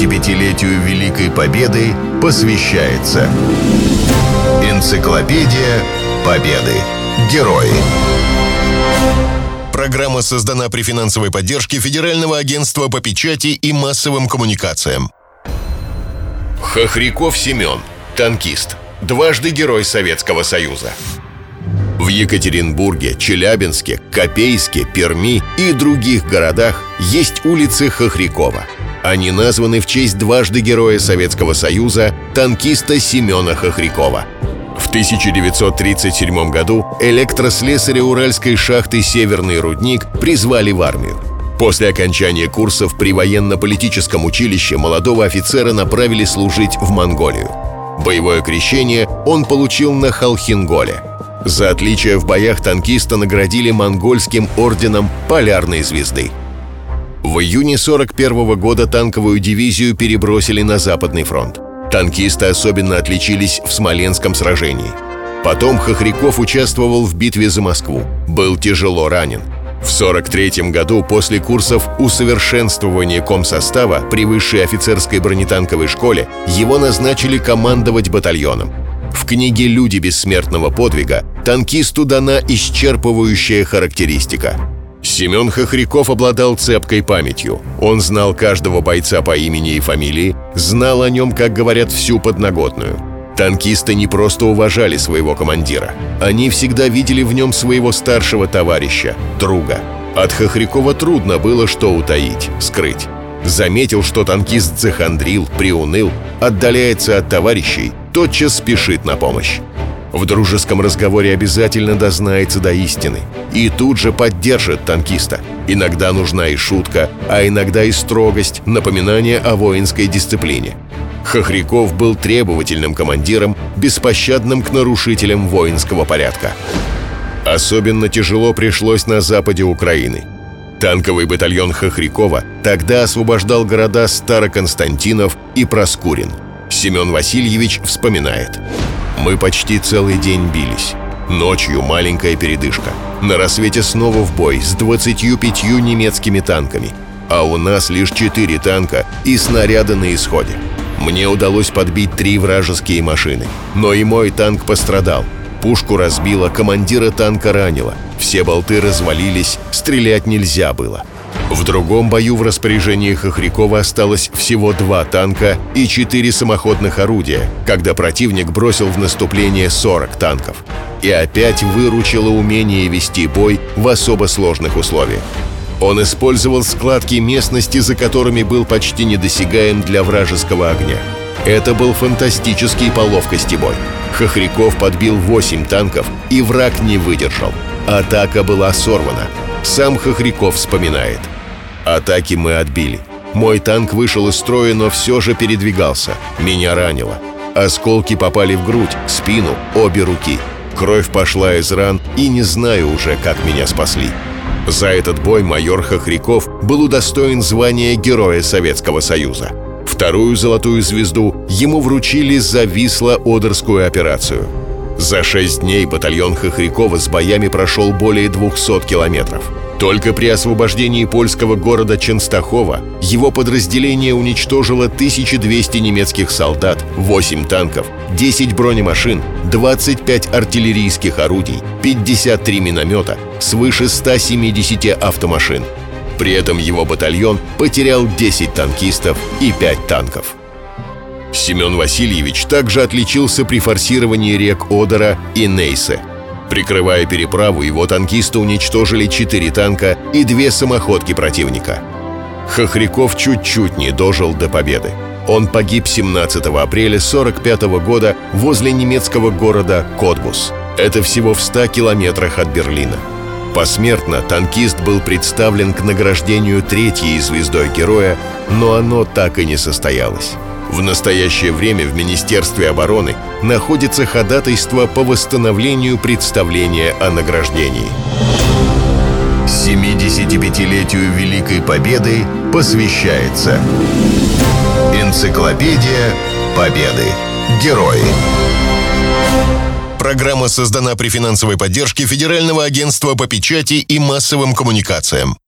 75-летию Великой Победы посвящается Энциклопедия Победы. Герои. Программа создана при финансовой поддержке Федерального агентства по печати и массовым коммуникациям. Хохряков Семен, танкист, дважды Герой Советского Союза. В Екатеринбурге, Челябинске, Копейске, Перми и других городах есть улицы Хохрякова. Они названы в честь дважды Героя Советского Союза, танкиста Семена Хохрякова. В 1937 году электрослесаря Уральской шахты «Северный рудник» призвали в армию. После окончания курсов при военно-политическом училище молодого офицера направили служить в Монголию. Боевое крещение он получил на Халхинголе. За отличие в боях танкиста наградили монгольским орденом Полярной звезды. В июне 1941 года танковую дивизию перебросили на Западный фронт. Танкисты особенно отличились в Смоленском сражении. Потом Хохряков участвовал в битве за Москву. Был тяжело ранен. В 1943 году после курсов усовершенствования комсостава при высшей офицерской бронетанковой школе его назначили командовать батальоном. В книге «Люди бессмертного подвига» танкисту дана исчерпывающая характеристика. Семен Хохряков обладал цепкой памятью. Он знал каждого бойца по имени и фамилии, знал о нем, как говорят, всю подноготную. Танкисты не просто уважали своего командира. Они всегда видели в нем своего старшего товарища, друга. От Хохрякова трудно было что утаить, скрыть. Заметил, что танкист захандрил, приуныл, отдаляется от товарищей, тотчас спешит на помощь. В дружеском разговоре обязательно дознается до истины и тут же поддержит танкиста. Иногда нужна и шутка, а иногда и строгость, напоминание о воинской дисциплине. Хохряков был требовательным командиром, беспощадным к нарушителям воинского порядка. Особенно тяжело пришлось на западе Украины. Танковый батальон Хохрякова тогда освобождал города Староконстантинов и Проскурин. Семен Васильевич вспоминает: «Мы почти целый день бились. Ночью маленькая передышка. На рассвете снова в бой с 25 немецкими танками. А у нас лишь 4 танка и снаряды на исходе. Мне удалось подбить 3 вражеские машины. Но и мой танк пострадал. Пушку разбило, командира танка ранило. Все болты развалились, стрелять нельзя было». В другом бою в распоряжении Хохрякова осталось всего 2 танка и 4 самоходных орудия, когда противник бросил в наступление 40 танков. И опять выручило умение вести бой в особо сложных условиях. Он использовал складки местности, за которыми был почти недосягаем для вражеского огня. Это был фантастический по ловкости бой. Хохряков подбил 8 танков, и враг не выдержал. Атака была сорвана. Сам Хохряков вспоминает: «Атаки мы отбили. Мой танк вышел из строя, но все же передвигался. Меня ранило. Осколки попали в грудь, спину, обе руки. Кровь пошла из ран, и не знаю уже, как меня спасли». За этот бой майор Хохряков был удостоен звания Героя Советского Союза. Вторую золотую звезду ему вручили за Висло-Одерскую операцию. За 6 дней батальон Хохрякова с боями прошел более 200 километров. Только при освобождении польского города Ченстахова его подразделение уничтожило 1200 немецких солдат, 8 танков, 10 бронемашин, 25 артиллерийских орудий, 53 миномета, свыше 170 автомашин. При этом его батальон потерял 10 танкистов и 5 танков. Семен Васильевич также отличился при форсировании рек Одера и Нейсе. Прикрывая переправу, его танкисты уничтожили 4 танка и 2 самоходки противника. Хохряков чуть-чуть не дожил до победы. Он погиб 17 апреля 1945 года возле немецкого города Котбус. Это всего в 100 километрах от Берлина. Посмертно танкист был представлен к награждению 3-й звездой Героя, но оно так и не состоялось. В настоящее время в Министерстве обороны находится ходатайство по восстановлению представления о награждении. 75-летию Великой Победы посвящается Энциклопедия Победы. Герои. Программа создана при финансовой поддержке Федерального агентства по печати и массовым коммуникациям.